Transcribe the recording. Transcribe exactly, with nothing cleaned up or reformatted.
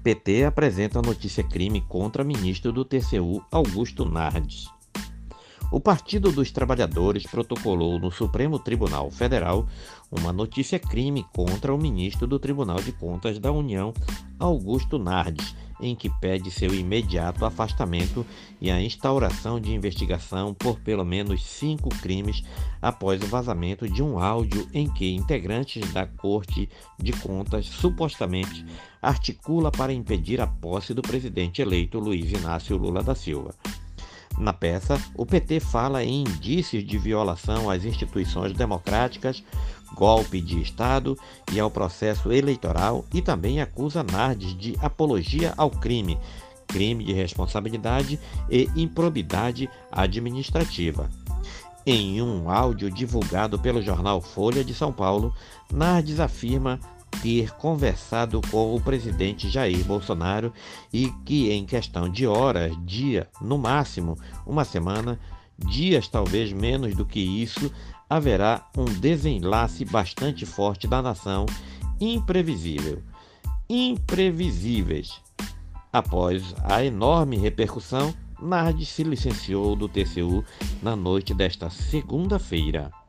P T apresenta notícia-crime contra ministro do T C U, Augusto Nardes. O Partido dos Trabalhadores protocolou no Supremo Tribunal Federal uma notícia-crime contra o ministro do Tribunal de Contas da União, Augusto Nardes, em que pede seu imediato afastamento e a instauração de investigação por pelo menos cinco crimes após o vazamento de um áudio em que integrantes da Corte de Contas supostamente articula para impedir a posse do presidente eleito Luiz Inácio Lula da Silva. Na peça, o P T fala em indícios de violação às instituições democráticas, golpe de Estado e ao processo eleitoral e também acusa Nardes de apologia ao crime, crime de responsabilidade e improbidade administrativa. Em um áudio divulgado pelo jornal Folha de São Paulo, Nardes afirma ter conversado com o presidente Jair Bolsonaro e que em questão de horas, dia, no máximo uma semana, dias talvez menos do que isso, haverá um desenlace bastante forte da nação, imprevisível. Imprevisíveis. Após a enorme repercussão, Nardes se licenciou do T C U na noite desta segunda-feira.